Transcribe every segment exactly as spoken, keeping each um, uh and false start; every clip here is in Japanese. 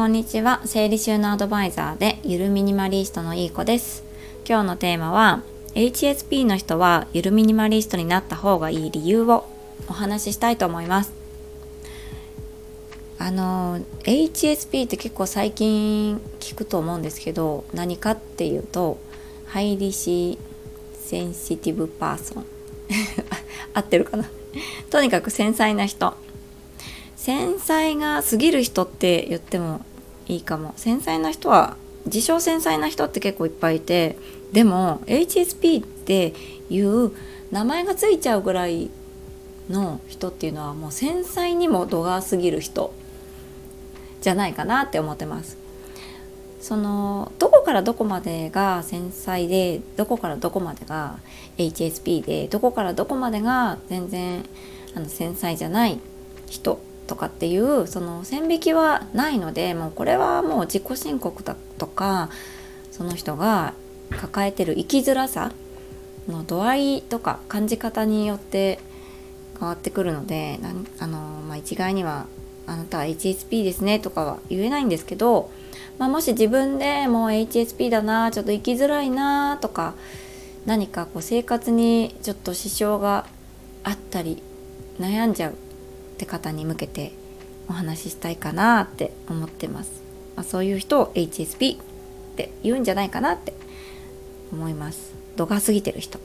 こんにちは。整理収納アドバイザーでゆるミニマリストのいい子です。今日のテーマは エイチエスピー の人はゆるミニマリストになった方がいい理由をお話ししたいと思います。あの エイチエスピー って結構最近聞くと思うんですけど、何かっていうとハイリシセンシティブパーソン合ってるかなとにかく繊細な人、繊細が過ぎる人って言ってもいいかも。繊細な人は自称繊細な人って結構いっぱいいて、でも エイチエスピー っていう名前がついちゃうぐらいの人っていうのはもう繊細にも度が過ぎる人じゃないかなって思ってます。そのどこからどこまでが繊細で、どこからどこまでが エイチエスピー で、どこからどこまでが全然あの繊細じゃない人とかっていうその線引きはないので、もうこれはもう自己申告だとか、その人が抱えてる生きづらさの度合いとか感じ方によって変わってくるので、なんあの、まあ、一概にはあなたは エイチエスピー ですねとかは言えないんですけど、まあ、もし自分でもう エイチエスピー だな、ちょっと生きづらいなとか、何かこう生活にちょっと支障があったり悩んじゃうって方に向けてお話ししたいかなって思ってます。まあ、そういう人を エイチエスピー って言うんじゃないかなって思います。度が過ぎてる人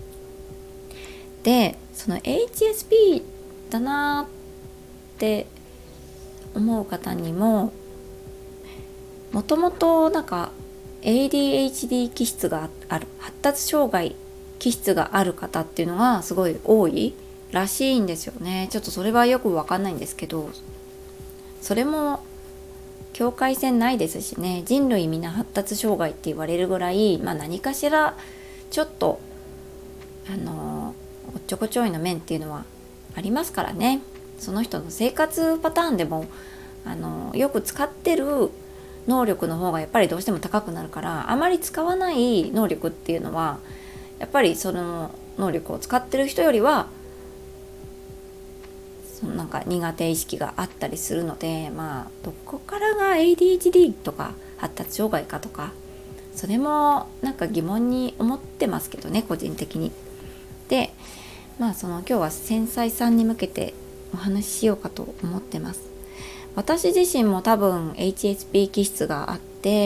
で、その エイチエスピー だなって思う方にも、もともとなんか エーディーエイチディー 気質がある、発達障害気質がある方っていうのがすごい多いらしいんですよね。ちょっとそれはよく分かんないんですけど、それも境界線ないですしね。人類みんな発達障害って言われるぐらい、まあ、何かしらちょっとあのおっちょこちょいの面っていうのはありますからね。その人の生活パターンでもあのよく使ってる能力の方がやっぱりどうしても高くなるから、あまり使わない能力っていうのはやっぱりその能力を使ってる人よりはそのなんか苦手意識があったりするので、まあどこからが エーディーエイチディー とか発達障害かとか、それもなんか疑問に思ってますけどね、個人的に。で、まあその今日は繊細さんに向けてお話ししようかと思ってます。私自身も多分 エイチエスピー 気質があって、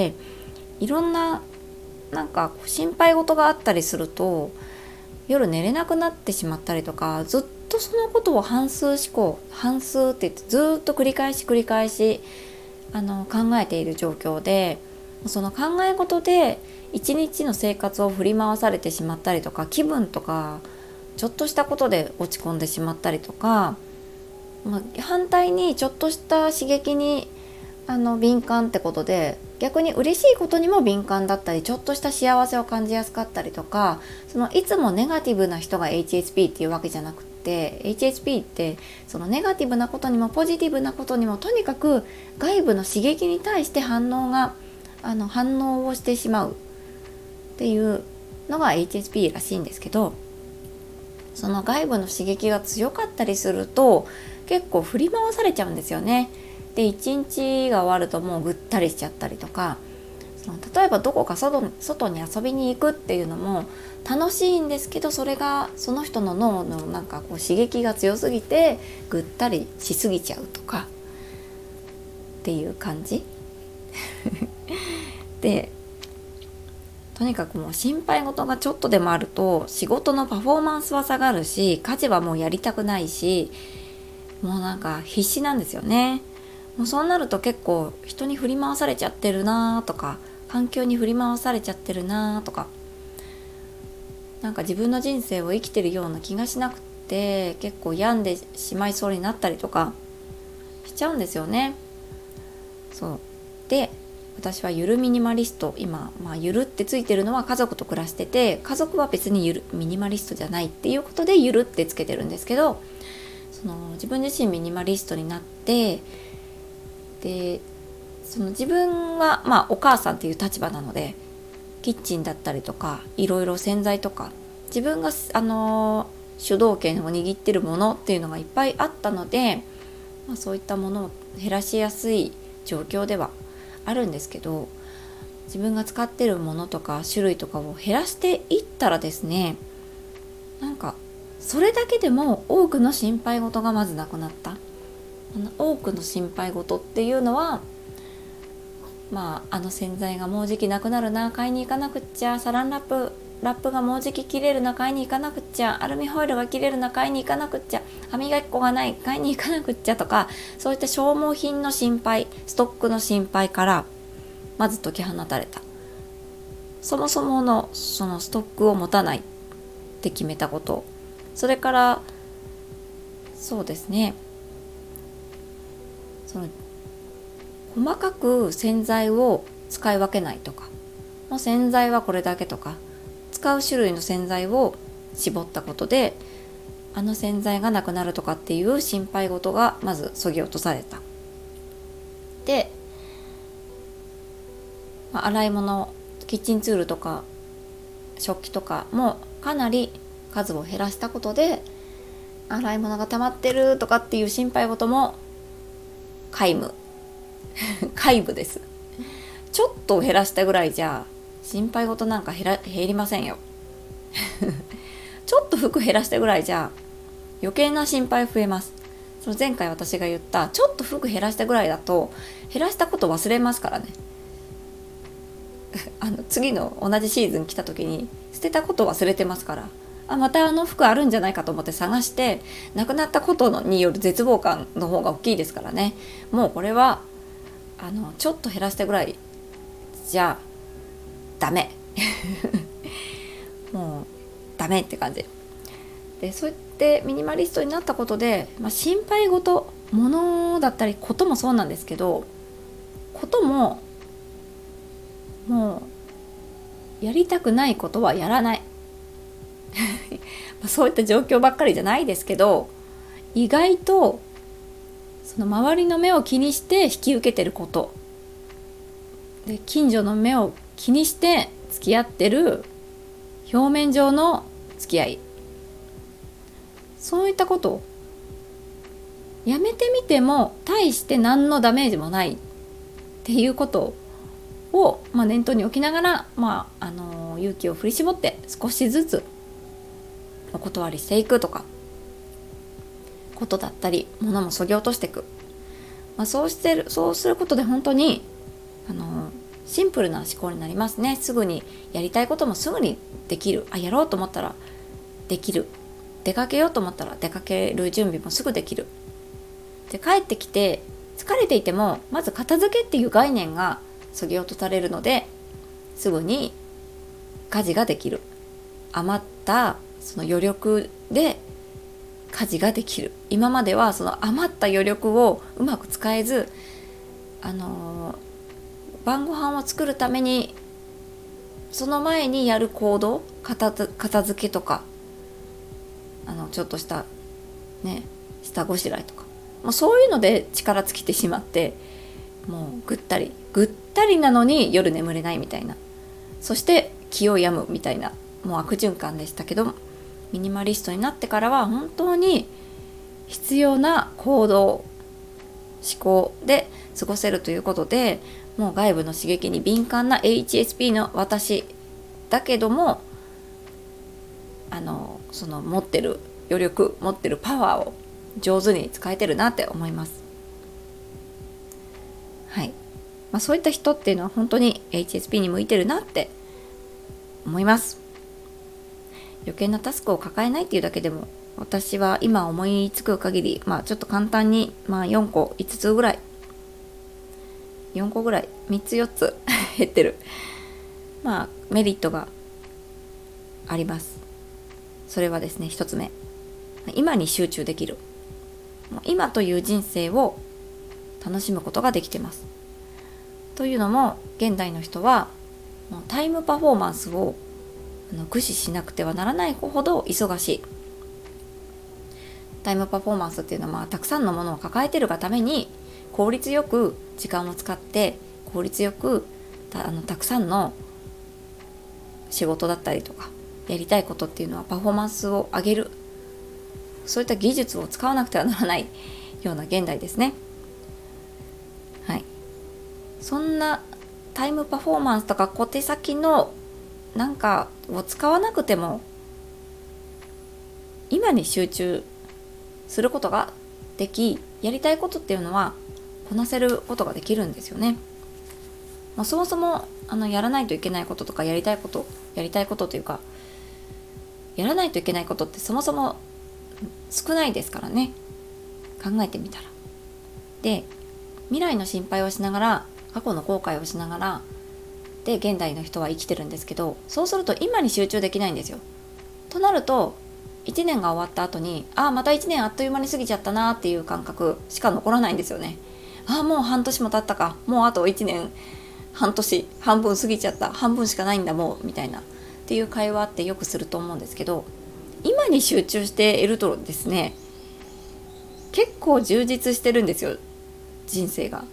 いろんななんか心配事があったりすると夜寝れなくなってしまったりとか、ずっとそのことを反数思考反数って言ってずっと繰り返し繰り返しあの考えている状況で、その考え事で一日の生活を振り回されてしまったりとか、気分とかちょっとしたことで落ち込んでしまったりとか、まあ、反対にちょっとした刺激にあの敏感ってことで、逆に嬉しいことにも敏感だったり、ちょっとした幸せを感じやすかったりとか、そのいつもネガティブな人が エイチエスピー っていうわけじゃなくて、 エイチエスピー ってそのネガティブなことにもポジティブなことにも、とにかく外部の刺激に対して反応があの反応をしてしまうっていうのが エイチエスピー らしいんですけど、その外部の刺激が強かったりすると結構振り回されちゃうんですよね。で、一日が終わるともうぐったりしちゃったりとか、その例えばどこか 外, 外に遊びに行くっていうのも楽しいんですけど、それがその人の脳のなんかこう刺激が強すぎてぐったりしすぎちゃうとかっていう感じで、とにかくもう心配事がちょっとでもあると仕事のパフォーマンスは下がるし、家事はもうやりたくないし、もうなんか必死なんですよね。もうそうなると結構人に振り回されちゃってるなとか、環境に振り回されちゃってるなとか、なんか自分の人生を生きてるような気がしなくて、結構病んでしまいそうになったりとかしちゃうんですよね。そうで、私はゆるミニマリスト、今、まあ、ゆるってついてるのは家族と暮らしてて、家族は別にゆるミニマリストじゃないっていうことでゆるってつけてるんですけど、その自分自身ミニマリストになって、でその自分はまあお母さんっていう立場なので、キッチンだったりとかいろいろ洗剤とか自分があの主導権を握ってるものっていうのがいっぱいあったので、まあ、そういったものを減らしやすい状況ではあるんですけど、自分が使ってるものとか種類とかを減らしていったらですね、なんかそれだけでも多くの心配事がまずなくなった。多くの心配事っていうのは、まああの洗剤がもうじきなくなるな、買いに行かなくっちゃ、サランラップラップがもうじき切れるな、買いに行かなくっちゃ、アルミホイルが切れるな、買いに行かなくっちゃ、歯磨き粉がない、買いに行かなくっちゃとか、そういった消耗品の心配、ストックの心配からまず解き放たれた。そもそものそのストックを持たないって決めたこと、それからそうですね、その細かく洗剤を使い分けないとか、もう洗剤はこれだけとか、使う種類の洗剤を絞ったことであの洗剤がなくなるとかっていう心配事がまず削ぎ落とされた。で、まあ、洗い物、キッチンツールとか食器とかもかなり数を減らしたことで、洗い物が溜まってるとかっていう心配事も皆無皆無です。ちょっと減らしたぐらいじゃ心配事なんか減ら減りませんよちょっと服減らしたぐらいじゃ余計な心配増えます。その前回私が言ったちょっと服減らしたぐらいだと減らしたこと忘れますからねあの次の同じシーズン来た時に捨てたこと忘れてますから、あまたあの服あるんじゃないかと思って探してなくなったことによる絶望感の方が大きいですからね。もうこれはあのちょっと減らしたぐらいじゃダメもうダメって感じで、そうやってミニマリストになったことで、まあ、心配事、物だったりこともそうなんですけど、ことももうやりたくないことはやらないそういった状況ばっかりじゃないですけど、意外とその周りの目を気にして引き受けてることで、近所の目を気にして付き合ってる表面上の付き合い、そういったことをやめてみても大して何のダメージもないっていうことを、まあ、念頭に置きながら、まああのー、勇気を振り絞って少しずつお断りしていくとかことだったり、物も削ぎ落としていく、まあ、そうしてるそうすることで本当にあのーシンプルな思考になりますね。すぐにやりたいこともすぐにできる、あやろうと思ったらできる、出かけようと思ったら出かける準備もすぐできる。で帰ってきて疲れていてもまず片付けっていう概念が削ぎ落とされるので、すぐに家事ができる、余ったその余力で家事ができる。今まではその余った余力をうまく使えず、あのー晩ご飯を作るためにその前にやる行動、片付けとか、あのちょっとしたね下ごしらえとか、もうそういうので力尽きてしまって、もうぐったりぐったりなのに夜眠れないみたいな、そして気を病むみたいな、もう悪循環でしたけど、ミニマリストになってからは本当に必要な行動、思考で過ごせるということで、もう外部の刺激に敏感な エイチエスピー の私だけども、あのその持ってる余力、持ってるパワーを上手に使えてるなって思います。はい、まあ、そういった人っていうのは本当に エイチエスピー に向いてるなって思います。余計なタスクを抱えないっていうだけでも、私は今思いつく限り、まあちょっと簡単に、まあよんこいつつぐらいよんこぐらいみっつよっつ減ってる、まあメリットがあります。それはですね、ひとつめ、今に集中できる、今という人生を楽しむことができてます。というのも現代の人はもうタイムパフォーマンスを駆使しなくてはならないほど忙しい。タイムパフォーマンスっていうのは、まあ、たくさんのものを抱えているがために効率よく時間を使って効率よく た, あのたくさんの仕事だったりとかやりたいことっていうのはパフォーマンスを上げる、そういった技術を使わなくてはならないような現代ですね。はい、 そんなタイムパフォーマンスとか小手先のなんかを使わなくても今に集中することができ、やりたいことっていうのはこなせることができるんですよね。まあ、そもそもあのやらないといけないこととかやりたいことやりたいことというかやらないといけないことってそもそも少ないですからね、考えてみたら。で、未来の心配をしながら過去の後悔をしながらで現代の人は生きてるんですけど、そうすると今に集中できないんですよ。となるといちねんが終わった後にああまたいちねんあっという間に過ぎちゃったなっていう感覚しか残らないんですよね。ああもう半年も経ったか、もうあといちねん半年半分過ぎちゃった、半分しかないんだもうみたいなっていう会話ってよくすると思うんですけど、今に集中しているとですね、結構充実してるんですよ、人生が。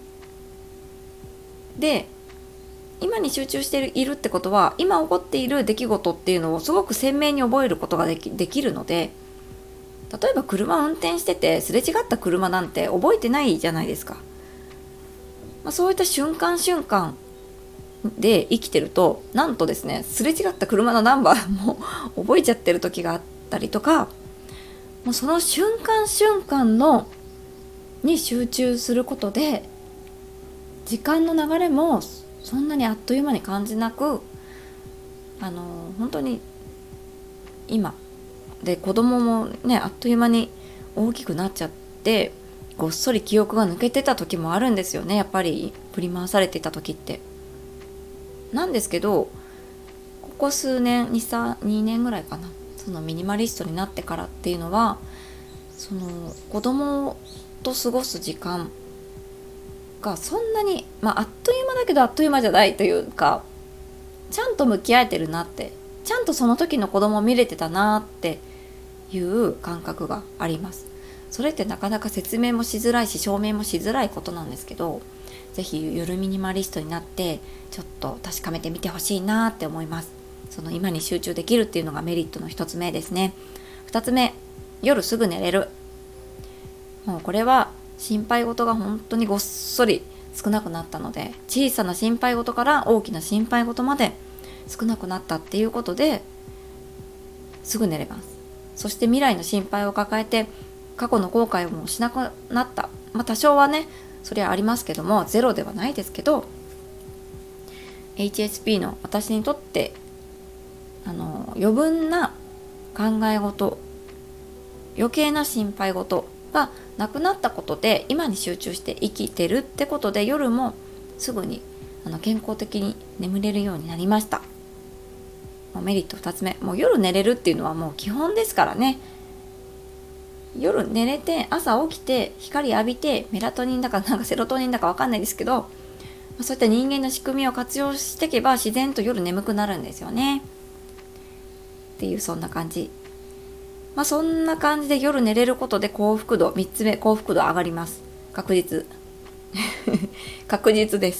で、今に集中しているってことは今起こっている出来事っていうのをすごく鮮明に覚えることができ、できるので、例えば車を運転しててすれ違った車なんて覚えてないじゃないですか。まあ、そういった瞬間瞬間で生きてると、なんとですね、すれ違った車のナンバーも覚えちゃってる時があったりとか、もうその瞬間瞬間のに集中することで時間の流れもそんなにあっという間に感じなく、あの本当に今で子供もねあっという間に大きくなっちゃってごっそり記憶が抜けてた時もあるんですよね、やっぱり振り回されてた時って。なんですけど、ここ数年 に,さん にねんぐらいかな、そのミニマリストになってからっていうのは、その子供と過ごす時間がそんなに、まあ、あっという間だけどあっという間じゃないというか、ちゃんと向き合えてるなって、ちゃんとその時の子供を見れてたなっていう感覚があります。それってなかなか説明もしづらいし証明もしづらいことなんですけど、ぜひゆるミニマリストになってちょっと確かめてみてほしいなって思います。その今に集中できるっていうのがメリットの一つ目ですね。二つ目、夜すぐ寝れる。もうこれは心配事が本当にごっそり少なくなったので、小さな心配事から大きな心配事まで少なくなったっていうことですぐ寝れます。そして未来の心配を抱えて過去の後悔もしなくなった、まあ多少はねそれはありますけども、ゼロではないですけど、 エイチエスピー の私にとってあの余分な考え事、余計な心配事がなくなったことで今に集中して生きてるってことで、夜もすぐにあの健康的に眠れるようになりました。もうメリットふたつめ、もう夜寝れるっていうのはもう基本ですからね。夜寝れて朝起きて光浴びてメラトニンだかなんかセロトニンだかわかんないですけど、そういった人間の仕組みを活用していけば自然と夜眠くなるんですよねっていう、そんな感じ。まあそんな感じで夜寝れることで幸福度、みっつめ、幸福度上がります。確実確実です。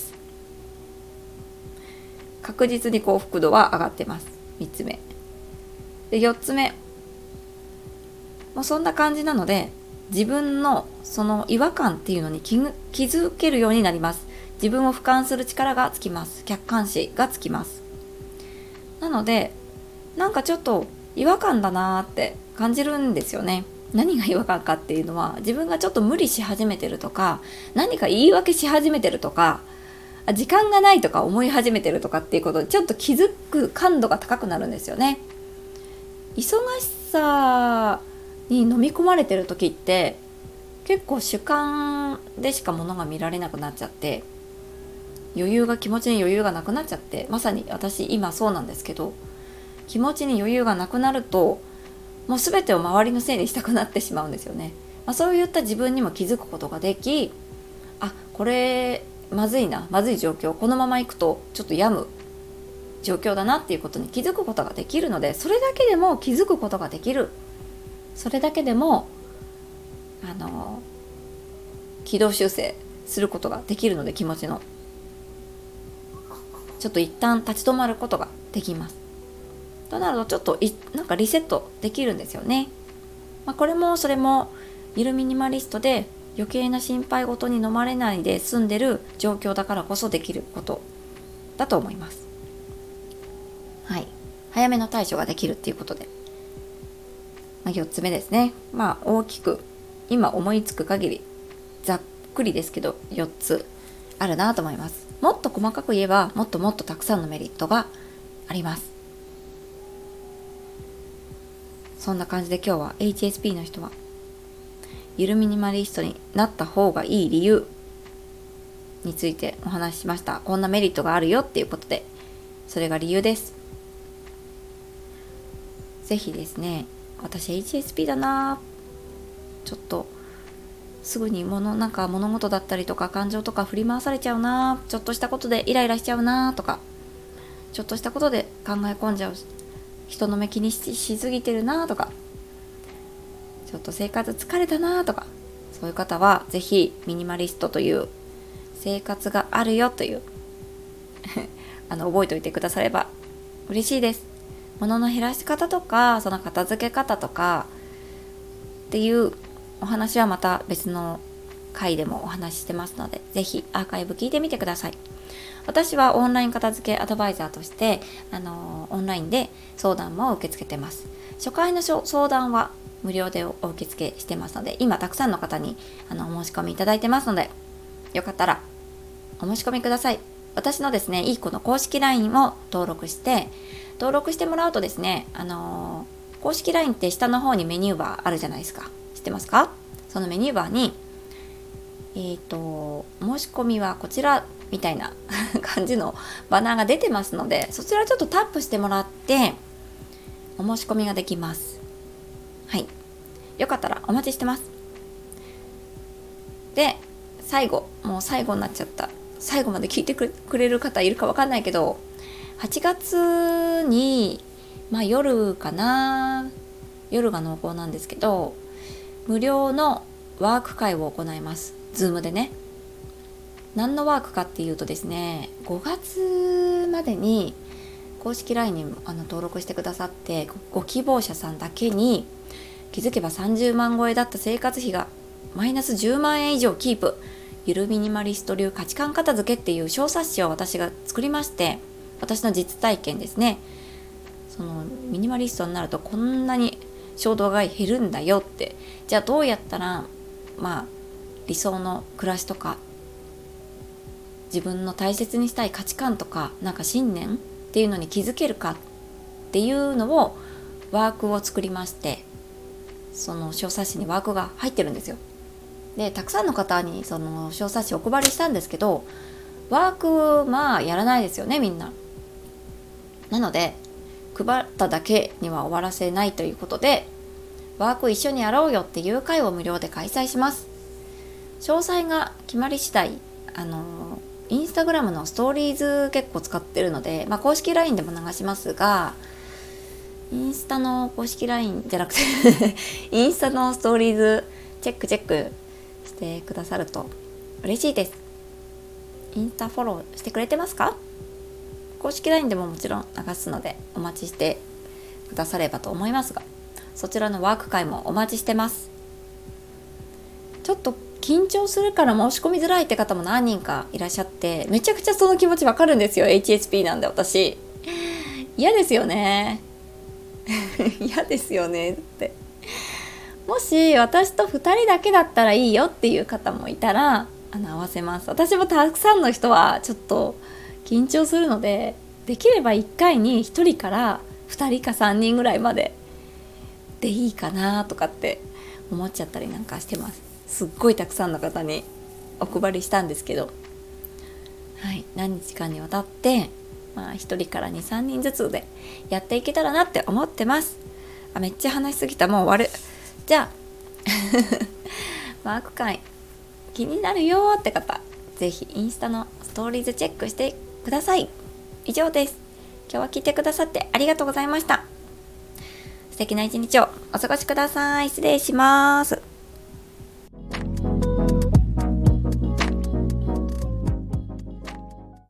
確実に幸福度は上がってます。みっつめで、よっつめもうそんな感じなので、自分のその違和感っていうのに気気づけるようになります。自分を俯瞰する力がつきます。客観視がつきます。なのでなんかちょっと違和感だなーって感じるんですよね。何が違和感かっていうのは、自分がちょっと無理し始めてるとか、何か言い訳し始めてるとか、時間がないとか思い始めてるとかっていうことでちょっと気づく感度が高くなるんですよね。忙しさに飲み込まれてる時って結構主観でしか物が見られなくなっちゃって、余裕が気持ちに余裕がなくなっちゃって、まさに私今そうなんですけど、気持ちに余裕がなくなるともう全てを周りのせいにしたくなってしまうんですよね。まあ、そういった自分にも気づくことができ、あ、これまずいな、まずい状況、このままいくとちょっと病む状況だなっていうことに気づくことができるので、それだけでも気づくことができる、それだけでもあの軌道修正することができるので、気持ちのちょっと一旦立ち止まることができます。となるとちょっといなんかリセットできるんですよね。まあ、これもそれもゆるミニマリストで余計な心配事に飲まれないで済んでる状況だからこそできることだと思います。はい、早めの対処ができるっていうことで、まあ、よっつめですね。まあ大きく今思いつく限りざっくりですけどよっつあるなと思います。もっと細かく言えばもっともっとたくさんのメリットがあります。そんな感じで今日は エイチエスピー の人はゆるミニマリストになった方がいい理由についてお話ししました。こんなメリットがあるよっていうことで、それが理由です。ぜひですね、私 エイチエスピー だな、ちょっとすぐに物なんか物事だったりとか感情とか振り回されちゃうな、ちょっとしたことでイライラしちゃうなとか、ちょっとしたことで考え込んじゃう、人の目気に し, しすぎてるなとか、ちょっと生活疲れたなとか、そういう方はぜひミニマリストという生活があるよというあの覚えておいてくだされば嬉しいです。物の減らし方とかその片付け方とかっていうお話はまた別の回でもお話ししてますので、ぜひアーカイブ聞いてみてください。私はオンライン片付けアドバイザーとして、あのオンラインで相談も受け付けてます。初回の相談は無料でお受け付けしてますので、今たくさんの方にあのお申し込みいただいてますので、よかったらお申し込みください。私のですね、いい子の公式 ライン を登録して登録してもらうとですね、あのー、公式 ライン って下の方にメニューバーあるじゃないですか。知ってますか？そのメニューバーにえっと申し込みはこちらみたいな感じのバナーが出てますので、そちらちょっとタップしてもらってお申し込みができます。はい、よかったらお待ちしてます。で、最後、もう最後になっちゃった、最後まで聞いてくれる方いるかわかんないけど、はちがつに、まあ夜かな、夜が濃厚なんですけど、無料のワーク会を行います。ズームでね。何のワークかっていうとですね、ごがつまでに公式 ライン にあの登録してくださってご希望者さんだけに、気づけばさんじゅうまん超えだった生活費がマイナスじゅうまんえん以上キープ、ゆるミニマリスト流価値観片付けっていう小冊子を私が作りまして、私の実体験ですね、そのミニマリストになるとこんなに衝動買い減るんだよって、じゃあどうやったらまあ理想の暮らしとか自分の大切にしたい価値観とかなんか信念っていうのに気づけるかっていうのをワークを作りまして、その小冊子にワークが入ってるんですよ。で、たくさんの方にその小冊子をお配りしたんですけど、ワークまあやらないですよね、みんな。なので配っただけには終わらせないということで、ワーク一緒にやろうよっていう会を無料で開催します。詳細が決まり次第、あのインスタグラムのストーリーズ結構使ってるので、まあ、公式 ライン でも流しますが、インスタの公式 ライン じゃなくてインスタのストーリーズチェックチェックしてくださると嬉しいです。インスタフォローしてくれてますか？公式 ライン でももちろん流すのでお待ちしてくださればと思いますが、そちらのワーク会もお待ちしてます。ちょっと緊張するから申し込みづらいって方も何人かいらっしゃって、めちゃくちゃその気持ちわかるんですよ。 エイチエスピー なんで私嫌ですよね嫌ですよねって。もし私とふたりだけだったらいいよっていう方もいたらあの合わせます。私もたくさんの人はちょっと緊張するので、できればいっかいにひとりからふたりかさんにんぐらいまででいいかなとかって思っちゃったりなんかしてます。すっごいたくさんの方にお配りしたんですけど、はい、何日間にわたって、まあ、ひとりからにさんにんずつでやっていけたらなって思ってます。あ、めっちゃ話しすぎた、もう終わる。じゃあワーク会気になるよって方、ぜひインスタのストーリーズチェックしてください。以上です。今日は聞いてくださってありがとうございました。素敵な一日をお過ごしください。失礼します。